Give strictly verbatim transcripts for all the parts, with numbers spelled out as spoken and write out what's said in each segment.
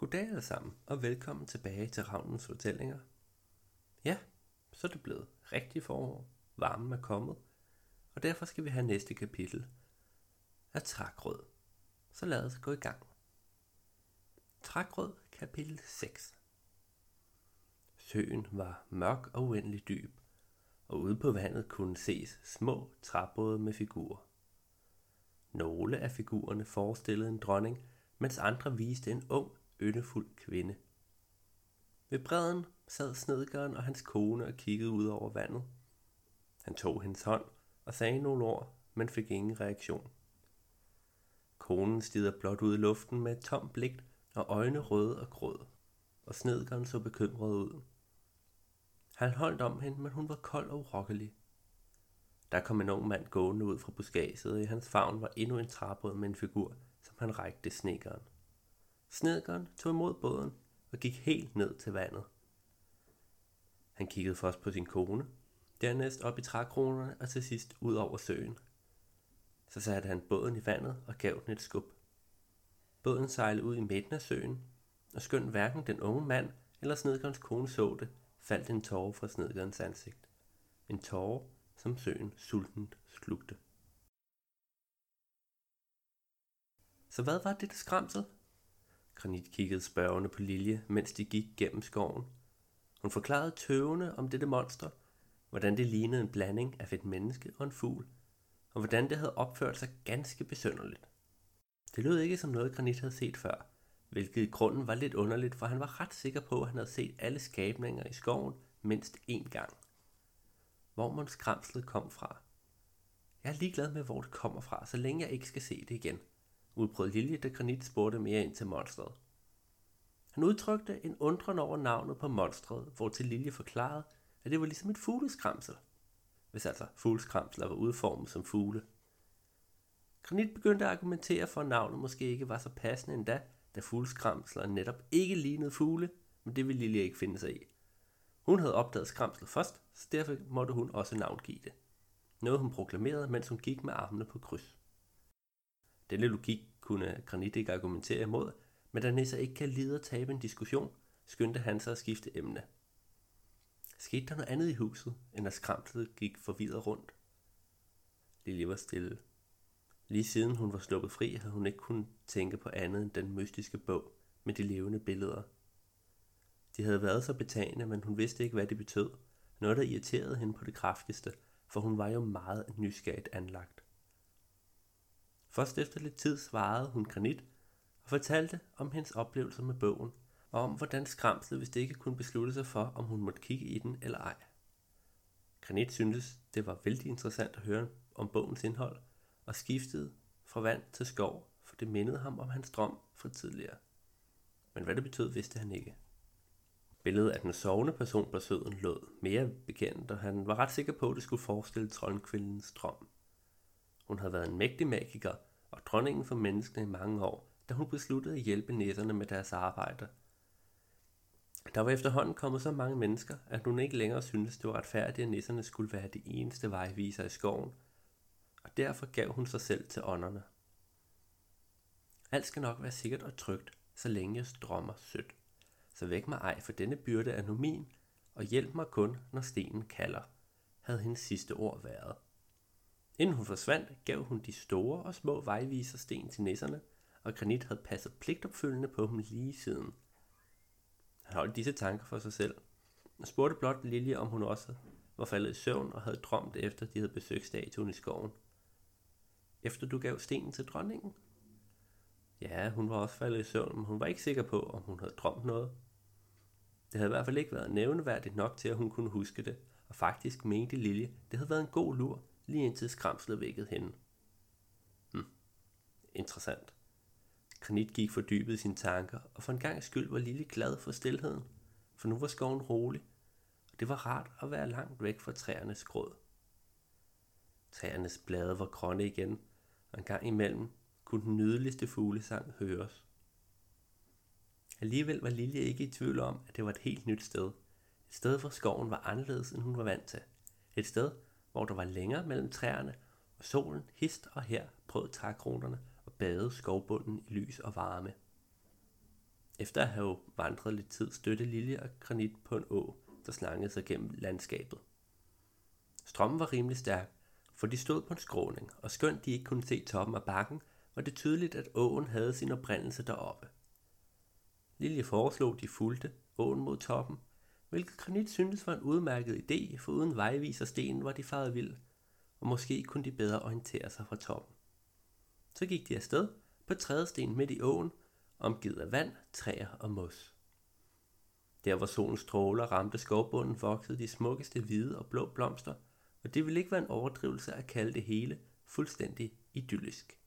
Goddag alle sammen, og velkommen tilbage til Ravnens Fortællinger. Ja, så er det blevet rigtig forår, varmen er kommet, og derfor skal vi have næste kapitel af Trækrød. Så lad os gå i gang. Trækrød kapitel seks. Søen var mørk og uendelig dyb, og ude på vandet kunne ses små træbåde med figurer. Nogle af figurerne forestillede en dronning, mens andre viste en ung, yndefuld kvinde. Ved bredden sad snedkeren og hans kone og kiggede ud over vandet. Han tog hendes hånd og sagde nogle ord, men fik ingen reaktion. Konen stirrede blot ud i luften med et tomt blik og øjne røde og gråd, og snedkeren så bekymret ud. Han holdt om hende, men hun var kold og urokkelig. Der kom en ung mand gående ud fra buskadset, og i hans favn var endnu en træbåd med en figur, som han rækte snedkeren. Snedkeren tog imod båden og gik helt ned til vandet. Han kiggede først på sin kone, dernæst op i trækronerne og til sidst ud over søen. Så satte han båden i vandet og gav den et skub. Båden sejlede ud i midten af søen, og skønt hverken den unge mand eller snedkerens kone så det, faldt en tåre fra snedkerens ansigt. En tåre, som søen sultent slugte. Så hvad var det, der skræmsel? Granit kiggede spørgende på Lilje, mens de gik gennem skoven. Hun forklarede tøvende om dette monster, hvordan det lignede en blanding af et menneske og en fugl, og hvordan det havde opført sig ganske besynderligt. Det lød ikke som noget, Granit havde set før, hvilket i grunden var lidt underligt, for han var ret sikker på, at han havde set alle skabninger i skoven mindst én gang. Hvor mon skræmslet kom fra? Jeg er ligeglad med, hvor det kommer fra, så længe jeg ikke skal se det igen, udbrød Lilje, da Granit spurgte mere ind til monstret. Han udtrykte en undren over navnet på monstret, hvortil Lilje forklarede, at det var ligesom et fugleskramsel, hvis altså fugleskramsler var udformet som fugle. Granit begyndte at argumentere for, at navnet måske ikke var så passende endda, da fugleskramsler netop ikke lignede fugle, men det ville Lilje ikke finde sig i. Hun havde opdaget skramslet først, så derfor måtte hun også navngive det. Noget hun proklamerede, mens hun gik med armene på kryds. Denne logik kunne Granit ikke argumentere imod, men da Nisser ikke kan lide at tabe en diskussion, skyndte han sig at skifte emne. Skete der noget andet i huset, end at skramslet gik forvirret rundt? Lilje var stille. Lige siden hun var sluppet fri, havde hun ikke kunnet tænke på andet end den mystiske bog med de levende billeder. De havde været så betagende, men hun vidste ikke, hvad det betød. Noget, der irriterede hende på det kraftigste, for hun var jo meget nysgerrigt anlagt. Først efter lidt tid svarede hun Granit og fortalte om hendes oplevelser med bogen, og om hvordan skramslet vist ikke kunne beslutte sig for, om hun måtte kigge i den eller ej. Granit syntes, det var vældig interessant at høre om bogens indhold, og skiftede fra vand til skov, for det mindede ham om hans drøm fra tidligere. Men hvad det betød, vidste han ikke. Billedet af den sovende person på søen lød mere bekendt, og han var ret sikker på, at det skulle forestille troldkvindens drøm. Hun havde været en mægtig magiker og dronningen for menneskene i mange år, da hun besluttede at hjælpe nisserne med deres arbejde. Der var efterhånden kommet så mange mennesker, at hun ikke længere syntes, det var retfærdigt, at nisserne skulle være de eneste vejviser i skoven, og derfor gav hun sig selv til ånderne. Alt skal nok være sikkert og trygt, så længe jeg drømmer sødt. Så væk mig ej, for denne byrde er nu min, og hjælp mig kun, når stenen kalder, havde hendes sidste ord været. Inden hun forsvandt, gav hun de store og små vejviser sten til nisserne, og Granit havde passet pligtopfyldende på dem lige siden. Han holdt disse tanker for sig selv, og spurgte blot Lilje, om hun også var faldet i søvn og havde drømt efter, de havde besøgt statuen i skoven. Efter du gav stenen til dronningen? Ja, hun var også faldet i søvn, men hun var ikke sikker på, om hun havde drømt noget. Det havde i hvert fald ikke været nævneværdigt nok til, at hun kunne huske det, og faktisk mente Lilje, det havde været en god lur, lige indtil skramslet vækkede hende. Hm, interessant. Granit gik fordybet i sine tanker, og for en gang skyld var Lilje glad for stilheden, for nu var skoven rolig, og det var rart at være langt væk fra træernes gråd. Træernes blade var grønne igen, og en gang imellem kunne den nydeligste fuglesang høres. Alligevel var Lilje ikke i tvivl om, at det var et helt nyt sted. Et sted, hvor skoven var anderledes, end hun var vant til. Et sted, hvor der var længere mellem træerne, og solen hist og her brød trækronerne og badede skovbunden i lys og varme. Efter at have vandret lidt tid, stødte Lilje og Granit på en å, der slangede sig gennem landskabet. Strømmen var rimelig stærk, for de stod på en skråning, og skønt de ikke kunne se toppen af bakken, var det tydeligt, at åen havde sin oprindelse deroppe. Lilje foreslog, de fulgte åen mod toppen, hvilket Granit syntes var en udmærket idé, for uden vejviser stenen var de faret vild, og måske kunne de bedre orientere sig fra toppen. Så gik de afsted på trædesten midt i åen, omgivet af vand, træer og mos. Der hvor solens stråler ramte skovbunden, voksede de smukkeste hvide og blå blomster, og det ville ikke være en overdrivelse at kalde det hele fuldstændig idyllisk.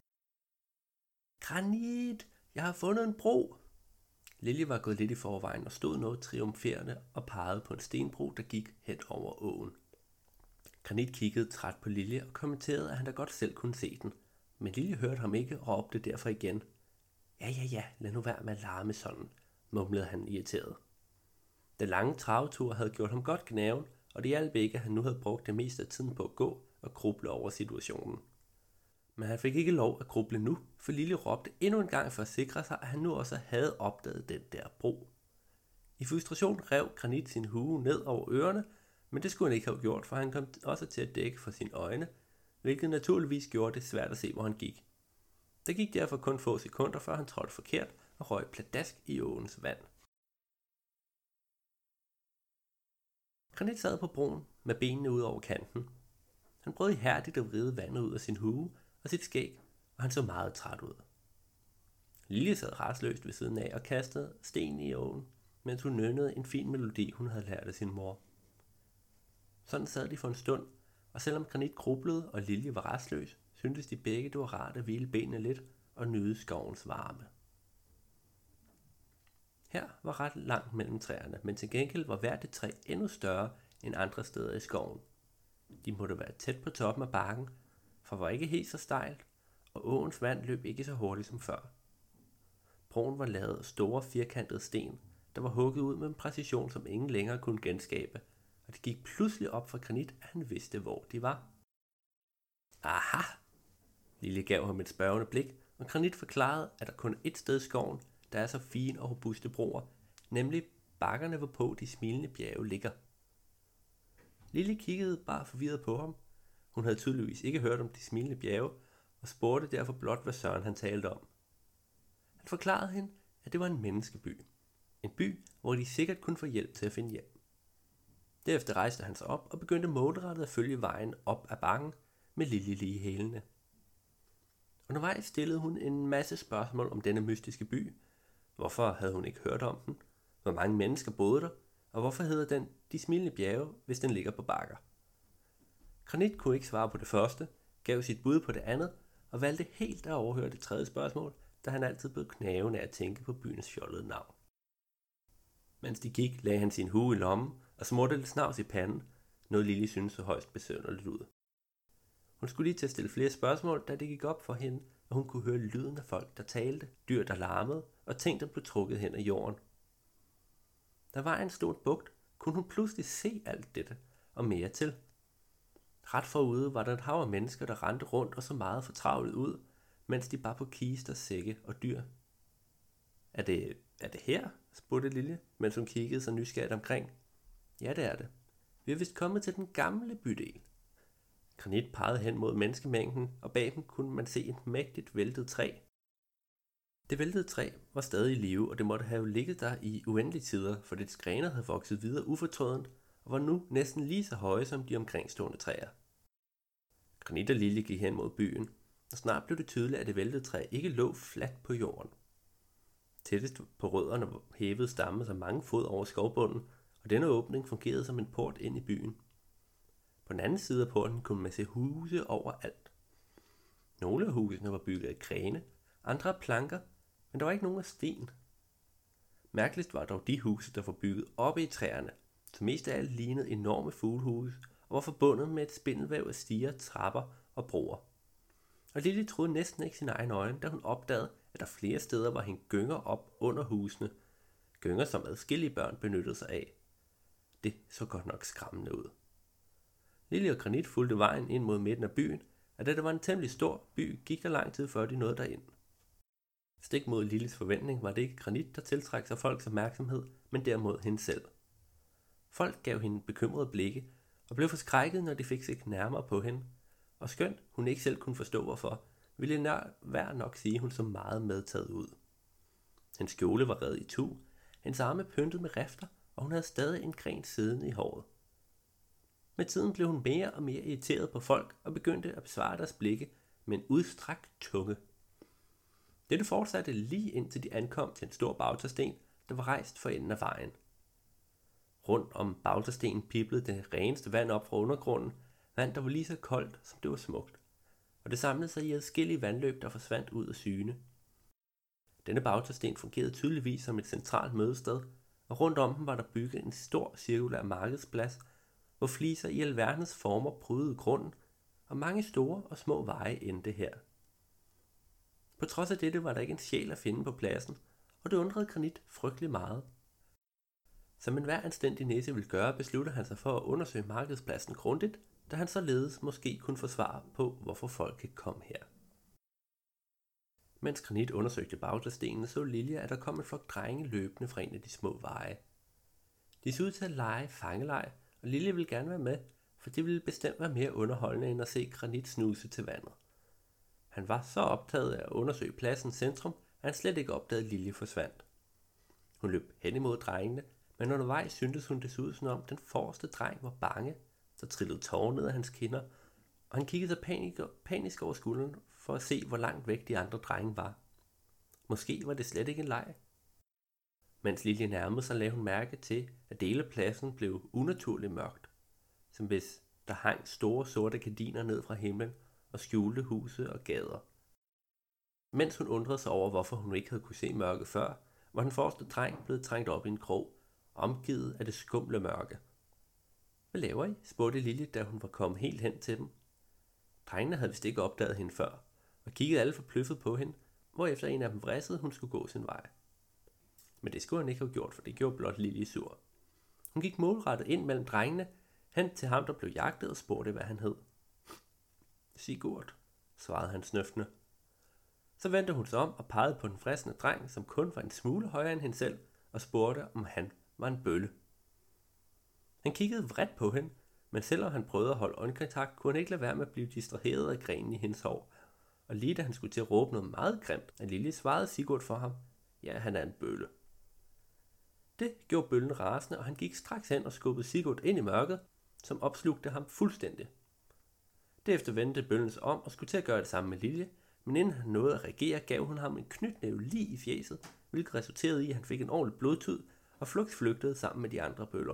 Granit, jeg har fundet en bro! Lilje var gået lidt i forvejen og stod noget triumferende og pegede på en stenbro, der gik hen over åen. Granit kiggede træt på Lilje og kommenterede, at han da godt selv kunne se den, men Lilje hørte ham ikke og råbte derfor igen. Ja, ja, ja, lad nu være med at larme sådan, mumlede han irriteret. Den lange travetur havde gjort ham godt gnaven, og det hjalp ikke, at han nu havde brugt det meste af tiden på at gå og gruble over situationen. Men han fik ikke lov at gruble nu, for Lilje råbte endnu en gang for at sikre sig, at han nu også havde opdaget den der bro. I frustration rev Granit sin hue ned over ørerne, men det skulle han ikke have gjort, for han kom også til at dække for sine øjne, hvilket naturligvis gjorde det svært at se, hvor han gik. Der gik derfor kun få sekunder, før han trådte forkert og røg pladask i åens vand. Granit sad på broen med benene ud over kanten. Han prøvede ihærdigt at vride vandet ud af sin hue og sit skæg, og han så meget træt ud. Lilje sad rastløst ved siden af og kastede sten i åen, mens hun nynnede en fin melodi, hun havde lært af sin mor. Sådan sad de for en stund, og selvom Granit grublede og Lilje var rastløs, syntes de begge, det var rart at hvile benene lidt og nyde skovens varme. Her var ret langt mellem træerne, men til gengæld var hvert et træ endnu større end andre steder i skoven. De måtte være tæt på toppen af bakken, for var ikke helt så stejlt, og åens vand løb ikke så hurtigt som før. Broen var lavet af store firkantede sten, der var hugget ud med en præcision, som ingen længere kunne genskabe, og det gik pludselig op for Granit, at han vidste, hvor de var. Aha! Lilje gav ham et spørgende blik, og Granit forklarede, at der kun er ét sted i skoven, der er så fine og robuste broer, nemlig bakkerne, hvorpå de smilende bjerge ligger. Lilje kiggede bare forvirret på ham. Hun havde tydeligvis ikke hørt om de smilende bjerge, og spurgte derfor blot, hvad søren han talte om. Han forklarede hende, at det var en menneskeby. En by, hvor de sikkert kunne få hjælp til at finde hjem. Derefter rejste han sig op og begyndte målrettet at følge vejen op ad bakken med Lilje lige i hælene. Undervejs stillede hun en masse spørgsmål om denne mystiske by. Hvorfor havde hun ikke hørt om den? Hvor mange mennesker boede der? Og hvorfor hedder den De Smilende Bjerge, hvis den ligger på bakker? Granit kunne ikke svare på det første, gav sit bud på det andet, og valgte helt at overhøre det tredje spørgsmål, da han altid blev knævende af at tænke på byens fjollede navn. Mens de gik, lagde han sin hue i lommen og smurte lidt snavs i panden, noget Lilje syntes så højst besønderligt ud. Hun skulle lige til at stille flere spørgsmål, da det gik op for hende, og hun kunne høre lyden af folk, der talte, dyr, der larmede, og ting, der blev trukket hen ad jorden. Der var en stor bugt, kunne hun pludselig se alt dette, og mere til. Ret forude var der et hav af mennesker, der rendte rundt og så meget fortravlet ud, mens de bar på kister, sække og dyr. Er det, er det her? Spurgte Lilje, mens hun kiggede sig nysgerrigt omkring. Ja, det er det. Vi er vist kommet til den gamle bydel. Granit pegede hen mod menneskemængden, og bag dem kunne man se et mægtigt væltet træ. Det væltede træ var stadig i live, og det måtte have ligget der i uendelige tider, for dets grene havde vokset videre ufortrødent, og var nu næsten lige så høje som de omkringstående træer. Granit og Lilje gik hen mod byen, og snart blev det tydeligt, at det væltede træ ikke lå fladt på jorden. Tættest på rødderne hævede stammen sig mange fod over skovbunden, og denne åbning fungerede som en port ind i byen. På den anden side af porten kunne man se huse overalt. Nogle af husene var bygget af grene, andre af planker, men der var ikke nogen af sten. Mærkeligst var dog de huse, der var bygget oppe i træerne, som mest af alt lignede enorme fuglehuse og var forbundet med et spindelvæv af stiger, trapper og broer. Og Lilje troede næsten ikke sin egen øjne, da hun opdagede, at der flere steder var hængt gynger op under husene. Gynger, som adskillige børn benyttede sig af. Det så godt nok skræmmende ud. Lilje og Granit fulgte vejen ind mod midten af byen, og da det var en temmelig stor by, gik der lang tid før de nåede derind. Stik mod Liljes forventning var det ikke Granit, der tiltrak sig folks opmærksomhed, men derimod hende selv. Folk gav hende bekymrede blikke og blev forskrækket, når de fik sig nærmere på hende, og skønt hun ikke selv kunne forstå hvorfor, ville nær hver nok sige, at hun så meget medtaget ud. Hendes kjole var revet i tu, hendes arme pyntet med rifter, og hun havde stadig en gren siddende i håret. Med tiden blev hun mere og mere irriteret på folk og begyndte at besvare deres blikke med en udstrakt tunge. Dette fortsatte lige indtil de ankom til en stor bautasten, der var rejst for enden af vejen. Rundt om bautastenen piblede det reneste vand op fra undergrunden, vand der var lige så koldt, som det var smukt, og det samlede sig i adskillige vandløb, der forsvandt ud af syne. Denne bautasten fungerede tydeligvis som et centralt mødested, og rundt om den var der bygget en stor cirkulær markedsplads, hvor fliser i alverdens former prydede grunden, og mange store og små veje endte her. På trods af dette var der ikke en sjæl at finde på pladsen, og det undrede Granit frygtelig meget. Som enhver anstændig nisse ville gøre, besluttede han sig for at undersøge markedspladsen grundigt, da han således måske kunne få svar på, hvorfor folk ikke kom her. Mens Granit undersøgte bautastenene, så Lilje, at der kom en flok drenge løbende fra en af de små veje. De så ud til at lege fangeleg, og Lilje ville gerne være med, for det ville bestemt være mere underholdende end at se Granit snuse til vandet. Han var så optaget af at undersøge pladsens centrum, at han slet ikke opdagede, at Lilje forsvandt. Hun løb hen imod drengene, men undervejs syntes hun desuden som om den forreste dreng var bange, så trillede tårer ned af hans kinder, og han kiggede sig panisk, panisk over skulderen for at se, hvor langt væk de andre drenge var. Måske var det slet ikke en leg. Mens Lilje nærmede sig, lagde hun mærke til, at dele af pladsen blev unaturligt mørkt, som hvis der hang store sorte gardiner ned fra himlen og skjulte huse og gader. Mens hun undrede sig over, hvorfor hun ikke havde kunne se mørke før, var den forreste dreng blevet trængt op i en krog, omgivet af det skumle mørke. Hvad laver I? Spurgte Lilje, da hun var kommet helt hen til dem. Drengene havde vist ikke opdaget hende før, og kiggede alle forbløffet på hende, hvorefter en af dem vrissede, hun skulle gå sin vej. Men det skulle han ikke have gjort, for det gjorde blot Lilje sur. Hun gik målrettet ind mellem drengene, hen til ham, der blev jagtet, og spurgte, hvad han hed. Sigurd, svarede han snøftende. Så vendte hun sig om og pegede på den fristende dreng, som kun var en smule højere end hende selv, og spurgte, om han var en bølle. Han kiggede vredt på hende, men selvom han prøvede at holde øjenkontakt, kunne han ikke lade være med at blive distraheret af grenen i hendes hår. Og lige da han skulle til at råbe noget meget grimt, at Lilje svarede Sigurd for ham, ja, han er en bølle. Det gjorde bøllen rasende, og han gik straks hen og skubbede Sigurd ind i mørket, som opslugte ham fuldstændig. Derefter vendte bøllen sig om og skulle til at gøre det samme med Lilje, men inden han nåede at reagere, gav hun ham en knytnæve lige i fjeset, hvilket resulterede i, at han fik en ordentlig blodtud og flugt flygtede sammen med de andre bøller.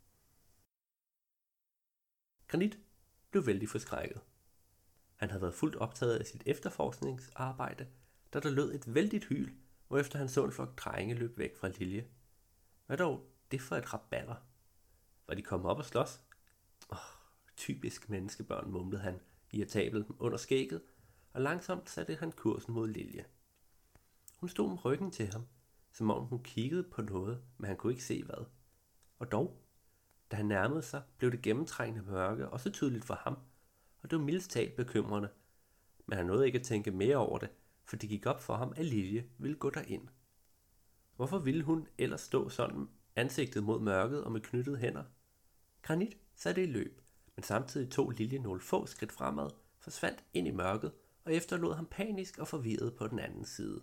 Granit blev vældig forskrækket. Han havde været fuldt optaget af sit efterforskningsarbejde, da der lød et vældigt hyl, hvorefter han så en flok drenge løb væk fra Lilje. Hvad dog det for et rabatter? Var de kommet op og slås? Åh, typisk menneskebørn, mumlede han irritabelt under skægget, og langsomt satte han kursen mod Lilje. Hun stod med ryggen til ham, som om hun kiggede på noget, men han kunne ikke se hvad. Og dog, da han nærmede sig, blev det gennemtrængende mørke også tydeligt for ham, og det var mildest talt bekymrende, men han nåede ikke at tænke mere over det, for det gik op for ham, at Lilje ville gå derind. Hvorfor ville hun ellers stå sådan ansigtet mod mørket og med knyttede hænder? Granit satte i løb, men samtidig tog Lilje nogle få skridt fremad, forsvandt ind i mørket og efterlod ham panisk og forvirret på den anden side.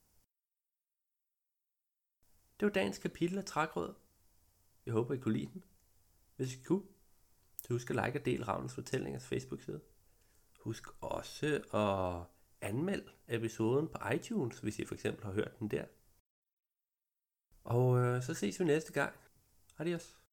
Det var dagens kapitel af Trækrød. Jeg håber, I kunne lide den. Hvis I kunne, så husk at like og del Ravnens Fortællingers Facebook-side. Husk også at anmelde episoden på iTunes, hvis I for eksempel har hørt den der. Og øh, så ses vi næste gang. Adios.